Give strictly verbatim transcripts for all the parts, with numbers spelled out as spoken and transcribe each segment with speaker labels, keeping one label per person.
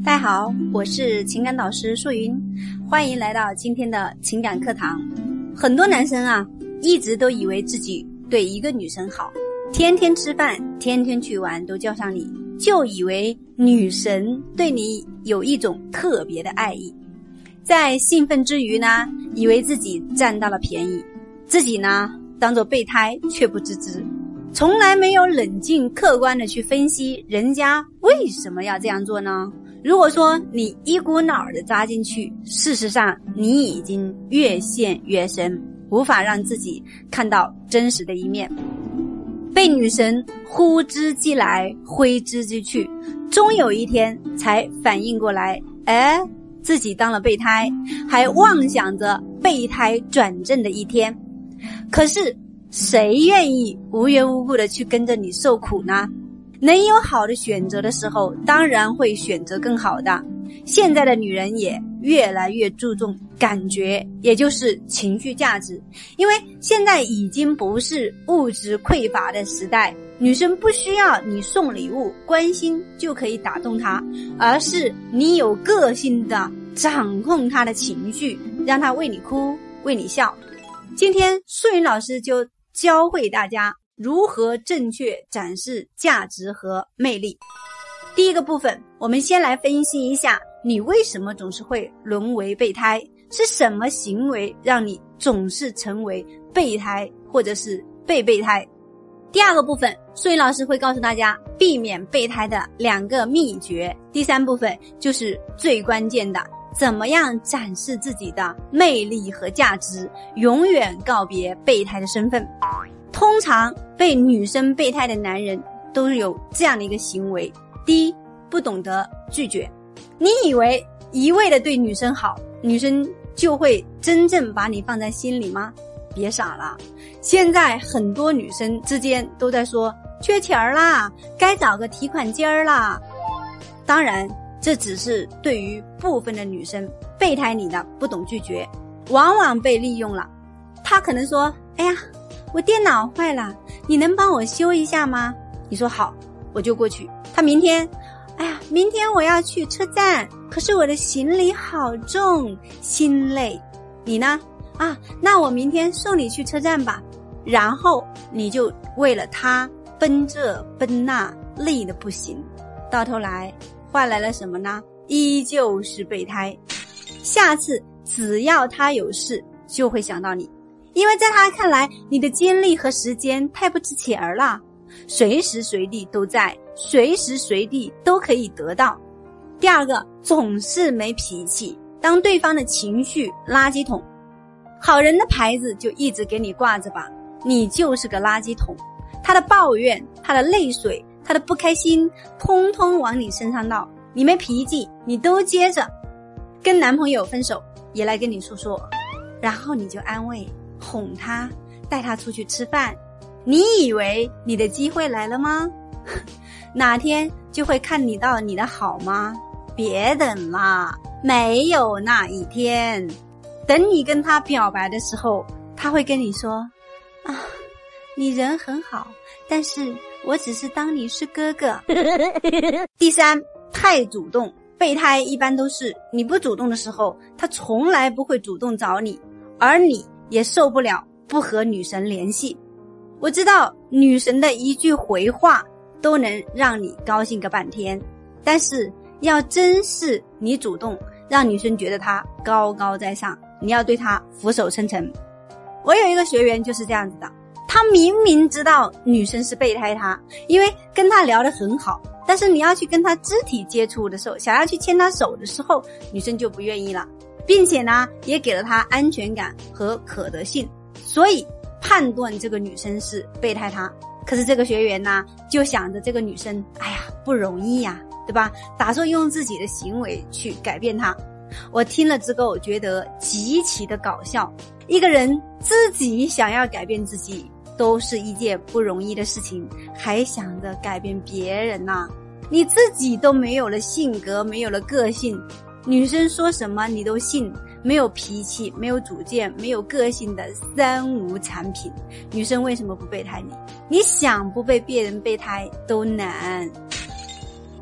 Speaker 1: 大家好，我是情感导师素云，欢迎来到今天的情感课堂。很多男生啊，一直都以为自己对一个女生好，天天吃饭，天天去玩都叫上你，就以为女神对你有一种特别的爱意。在兴奋之余呢，以为自己占到了便宜，自己呢当作备胎却不自知，从来没有冷静客观的去分析人家为什么要这样做呢？如果说你一股脑的扎进去，事实上你已经越陷越深，无法让自己看到真实的一面。被女神呼之即来挥之即去，终有一天才反应过来，哎，自己当了备胎，还妄想着备胎转正的一天。可是谁愿意无缘无故的去跟着你受苦呢？能有好的选择的时候，当然会选择更好的。现在的女人也越来越注重感觉，也就是情绪价值，因为现在已经不是物质匮乏的时代，女生不需要你送礼物关心就可以打动她，而是你有个性的掌控她的情绪，让她为你哭为你笑。今天素云老师就教会大家如何正确展示价值和魅力。第一个部分，我们先来分析一下你为什么总是会沦为备胎，是什么行为让你总是成为备胎或者是被备胎。第二个部分，素云老师会告诉大家避免备胎的两个秘诀。第三部分就是最关键的，怎么样展示自己的魅力和价值，永远告别备胎的身份。通常被女生备胎的男人都有这样的一个行为，第一，不懂得拒绝。你以为一味的对女生好，女生就会真正把你放在心里吗？别傻了，现在很多女生之间都在说缺钱啦，该找个提款机儿啦。当然这只是对于部分的女生，备胎你的不懂拒绝，往往被利用了。她可能说，哎呀，我电脑坏了，你能帮我修一下吗？你说好，我就过去。他明天，哎呀，明天我要去车站，可是我的行李好重，心累。你呢？啊，那我明天送你去车站吧。然后你就为了他奔这奔那，累得不行，到头来换来了什么呢？依旧是备胎。下次只要他有事就会想到你，因为在他看来你的精力和时间太不值钱了，随时随地都在，随时随地都可以得到。第二个，总是没脾气，当对方的情绪垃圾桶，好人的牌子就一直给你挂着吧，你就是个垃圾桶，他的抱怨，他的泪水，他的不开心通通往你身上倒，你没脾气你都接着。跟男朋友分手也来跟你诉说，然后你就安慰哄他，带他出去吃饭，你以为你的机会来了吗？哪天就会看你到你的好吗？别等啦，没有那一天。等你跟他表白的时候，他会跟你说，啊，你人很好，但是我只是当你是哥哥。第三，太主动。备胎一般都是你不主动的时候，他从来不会主动找你，而你也受不了不和女神联系。我知道女神的一句回话都能让你高兴个半天，但是要真是你主动让女生觉得她高高在上，你要对她俯首称臣。我有一个学员就是这样子的，他明明知道女生是备胎他，因为跟他聊得很好，但是你要去跟他肢体接触的时候，想要去牵他手的时候，女生就不愿意了，并且呢也给了他安全感和可得性，所以判断这个女生是备胎他。可是这个学员呢就想着这个女生，哎呀不容易呀，对吧，打算用自己的行为去改变她。我听了之后觉得极其的搞笑，一个人自己想要改变自己都是一件不容易的事情，还想着改变别人呐、啊？你自己都没有了性格，没有了个性，女生说什么你都信，没有脾气，没有主见，没有个性的三无产品，女生为什么不备胎你？你想不被别人备胎都难。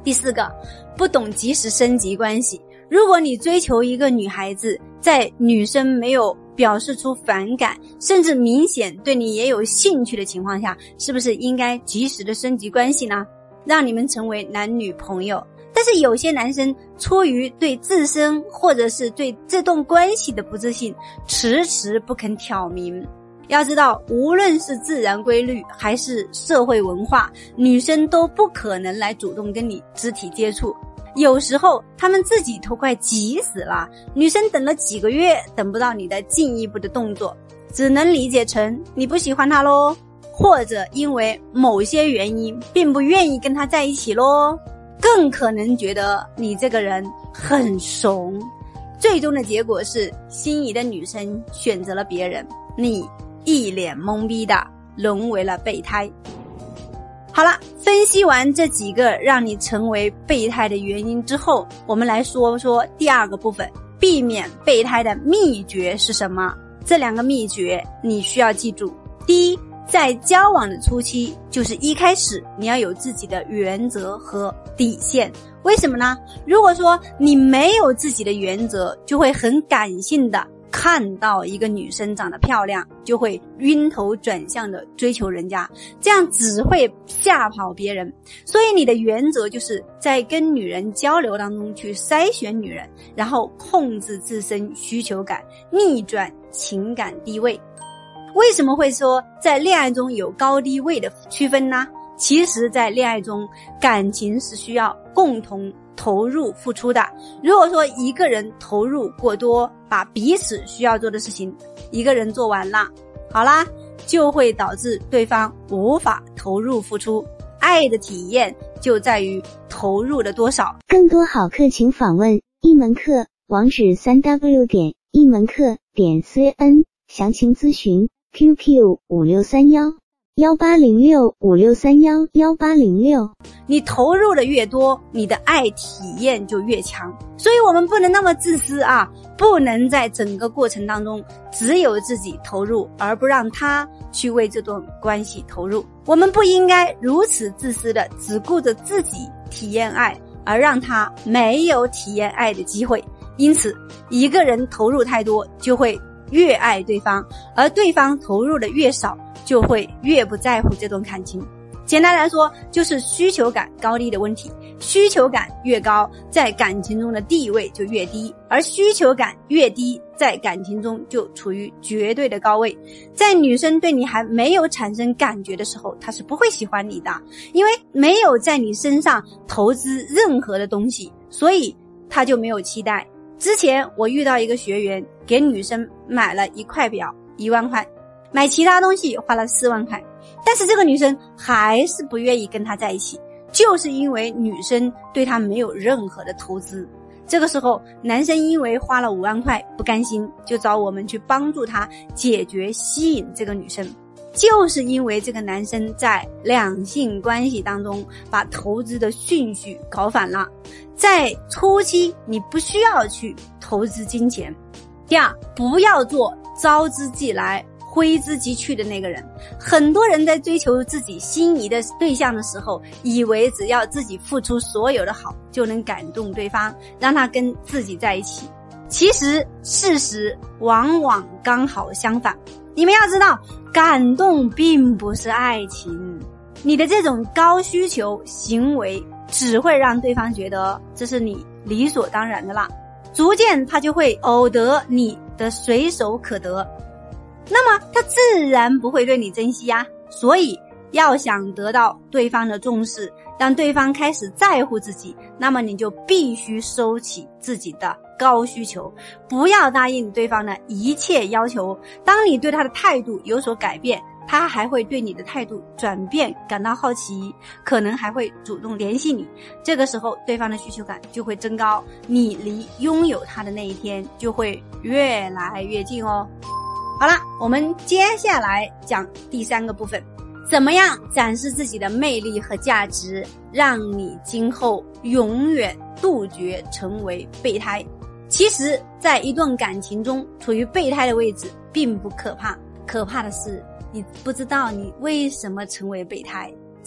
Speaker 1: 第四个，不懂及时升级关系。如果你追求一个女孩子，在女生没有表示出反感，甚至明显对你也有兴趣的情况下，是不是应该及时的升级关系呢？让你们成为男女朋友。但是有些男生出于对自身或者是对这段关系的不自信，迟迟不肯挑明。要知道，无论是自然规律还是社会文化，女生都不可能来主动跟你肢体接触。有时候她们自己都快急死了，女生等了几个月等不到你的进一步的动作，只能理解成你不喜欢她咯，或者因为某些原因并不愿意跟她在一起咯，更可能觉得你这个人很怂。最终的结果是心仪的女生选择了别人，你一脸懵逼的沦为了备胎。好了，分析完这几个让你成为备胎的原因之后，我们来说说第二个部分，避免备胎的秘诀是什么？这两个秘诀你需要记住。第一，在交往的初期，就是一开始你要有自己的原则和底线。为什么呢？如果说你没有自己的原则，就会很感性的看到一个女生长得漂亮，就会晕头转向的追求人家，这样只会吓跑别人。所以你的原则就是在跟女人交流当中去筛选女人，然后控制自身需求感，逆转情感低位。为什么会说在恋爱中有高低位的区分呢？其实在恋爱中，感情是需要共同投入付出的。如果说一个人投入过多，把彼此需要做的事情一个人做完了，好啦，就会导致对方无法投入付出。爱的体验就在于投入的多少。
Speaker 2: 更多好课请访问一门课，网址 三 w 点一门课点 c n， 详情咨询 Q Q 五六三一一八零六五六三一一八零六。
Speaker 1: 你投入的越多，你的爱体验就越强。所以我们不能那么自私啊，不能在整个过程当中只有自己投入，而不让他去为这段关系投入。我们不应该如此自私的只顾着自己体验爱，而让他没有体验爱的机会。因此，一个人投入太多，就会越爱对方，而对方投入的越少，就会越不在乎这段感情。简单来说，就是需求感高低的问题。需求感越高，在感情中的地位就越低，而需求感越低，在感情中就处于绝对的高位。在女生对你还没有产生感觉的时候，她是不会喜欢你的，因为没有在你身上投资任何的东西，所以她就没有期待。之前我遇到一个学员，给女生买了一块表一万块，买其他东西花了四万块，但是这个女生还是不愿意跟他在一起，就是因为女生对他没有任何的投资。这个时候男生因为花了五万块不甘心，就找我们去帮助他解决吸引这个女生。就是因为这个男生在两性关系当中把投资的顺序搞反了。在初期你不需要去投资金钱。第二，不要做招之即来挥之即去的那个人。很多人在追求自己心仪的对象的时候，以为只要自己付出所有的好就能感动对方，让他跟自己在一起。其实事实往往刚好相反。你们要知道，感动并不是爱情，你的这种高需求行为只会让对方觉得这是你理所当然的啦，逐渐他就会偶得你的随手可得，那么他自然不会对你珍惜呀。所以要想得到对方的重视，让对方开始在乎自己，那么你就必须收起自己的高需求，不要答应对方的一切要求。当你对他的态度有所改变，他还会对你的态度转变感到好奇，可能还会主动联系你。这个时候对方的需求感就会增高，你离拥有他的那一天就会越来越近哦。好了，我们接下来讲第三个部分，怎么样展示自己的魅力和价值，让你今后永远杜绝成为备胎。其实在一段感情中处于备胎的位置并不可怕，可怕的是你不知道你为什么成为备胎。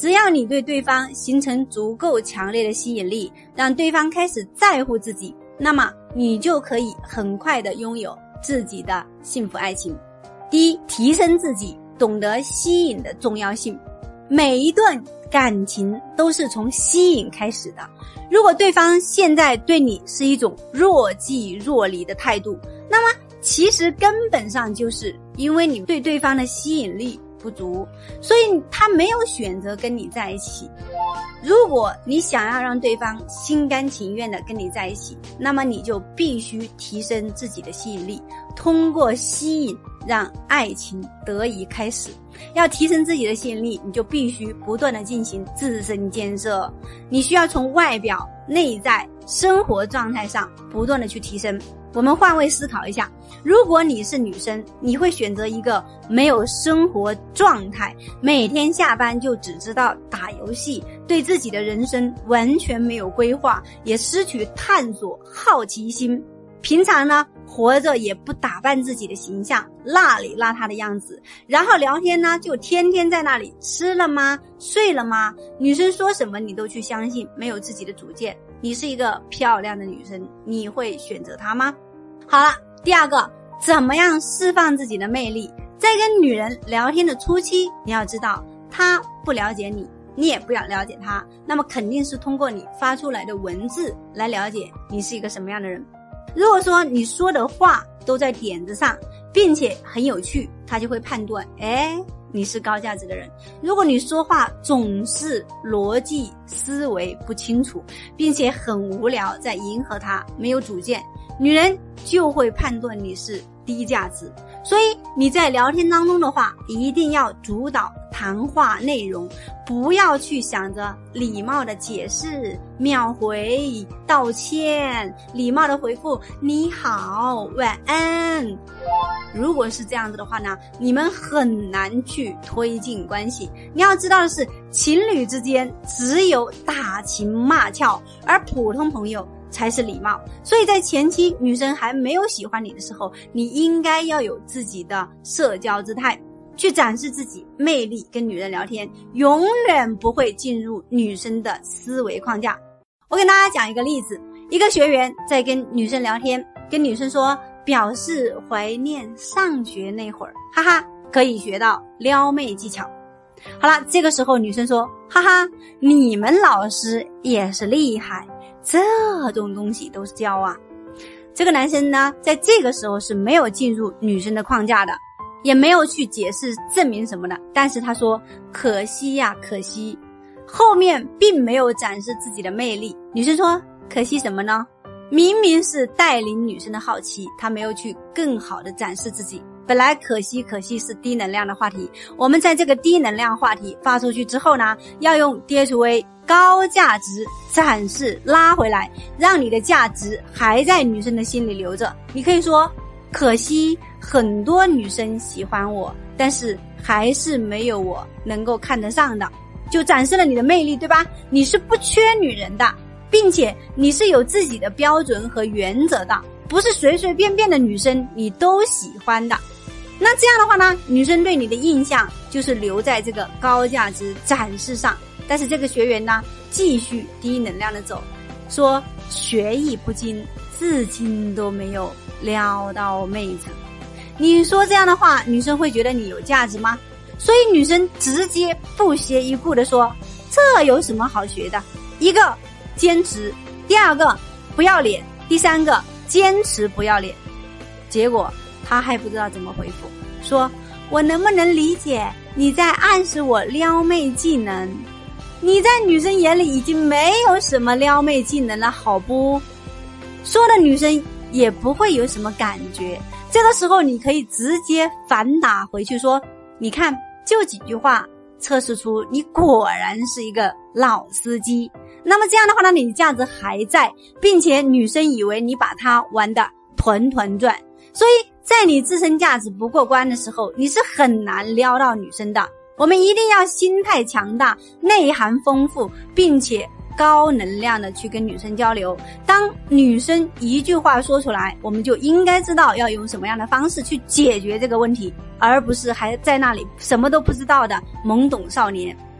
Speaker 1: 只要你对对方形成足够强烈的吸引力，让对方开始在乎自己，那么你就可以很快的拥有自己的幸福爱情。第一，提升自己，懂得吸引的重要性。每一段感情都是从吸引开始的，如果对方现在对你是一种若即若离的态度，那么其实根本上就是因为你对对方的吸引力不足，所以他没有选择跟你在一起。如果你想要让对方心甘情愿地跟你在一起，那么你就必须提升自己的吸引力，通过吸引让爱情得以开始。要提升自己的吸引力，你就必须不断地进行自身建设，你需要从外表、内在、生活状态上不断地去提升。我们换位思考一下，如果你是女生，你会选择一个没有生活状态，每天下班就只知道打游戏，对自己的人生完全没有规划，也失去探索好奇心，平常呢活着也不打扮自己的形象，邋里邋遢的样子，然后聊天呢就天天在那里吃了吗？睡了吗？女生说什么你都去相信，没有自己的主见。你是一个漂亮的女生，你会选择她吗？好了，第二个，怎么样释放自己的魅力？在跟女人聊天的初期，你要知道她不了解你，你也不要了解她，那么肯定是通过你发出来的文字来了解你是一个什么样的人。如果说你说的话都在点子上，并且很有趣，他就会判断，哎，你是高价值的人。如果你说话总是逻辑思维不清楚，并且很无聊，在迎合他，没有主见，女人就会判断你是低价值。所以你在聊天当中的话，一定要主导谈话内容，不要去想着礼貌的解释、秒回、道歉、礼貌的回复你好、晚安。如果是这样子的话呢，你们很难去推进关系。你要知道的是，情侣之间只有打情骂俏，而普通朋友才是礼貌。所以在前期女生还没有喜欢你的时候，你应该要有自己的社交姿态，去展示自己魅力。跟女人聊天永远不会进入女生的思维框架。我给大家讲一个例子，一个学员在跟女生聊天，跟女生说表示怀念上学那会儿，哈哈，可以学到撩妹技巧。好了，这个时候女生说，哈哈，你们老师也是厉害，这种东西都是教啊。这个男生呢，在这个时候是没有进入女生的框架的，也没有去解释证明什么的，但是他说可惜呀可惜，后面并没有展示自己的魅力。女生说可惜什么呢？明明是带领女生的好奇，他没有去更好的展示自己。本来可惜可惜是低能量的话题，我们在这个低能量话题发出去之后呢，要用 D H A 高价值展示拉回来，让你的价值还在女生的心里留着。你可以说可惜很多女生喜欢我，但是还是没有我能够看得上的，就展示了你的魅力，对吧？你是不缺女人的，并且你是有自己的标准和原则的，不是随随便便的女生你都喜欢的。那这样的话呢，女生对你的印象就是留在这个高价值展示上。但是这个学员呢，继续低能量的走，说学艺不精，至今都没有撩到妹子。你说这样的话，女生会觉得你有价值吗？所以女生直接不屑一顾的说，这有什么好学的？一个坚持，第二个不要脸，第三个坚持不要脸。结果他还不知道怎么回复，说我能不能理解你在暗示我撩妹技能？你在女生眼里已经没有什么撩妹技能了，好不？说的女生也不会有什么感觉。这个时候你可以直接反打回去说，你看就几句话测试出你果然是一个老司机。那么这样的话呢，你的价值还在，并且女生以为你把它玩得团团转。所以在你自身价值不过关的时候，你是很难撩到女生的。我们一定要心态强大，内涵丰富，并且高能量的去跟女生交流。当女生一句话说出来，我们就应该知道要用什么样的方式去解决这个问题，而不是还在那里什么都不知道的懵懂少年。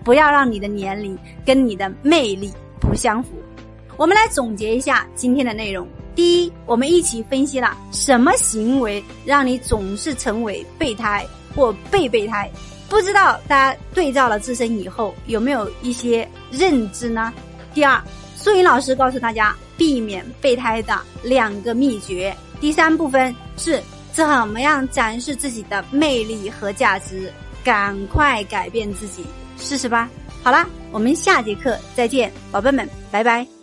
Speaker 1: 不要让你的年龄跟你的魅力不相符。我们来总结一下今天的内容。第一，我们一起分析了什么行为让你总是成为备胎或被备胎，不知道大家对照了自身以后有没有一些认知呢？第二，素云老师告诉大家避免备胎的两个秘诀。第三部分是怎么样展示自己的魅力和价值，赶快改变自己，试试吧。好啦，我们下节课再见，宝贝们，拜拜。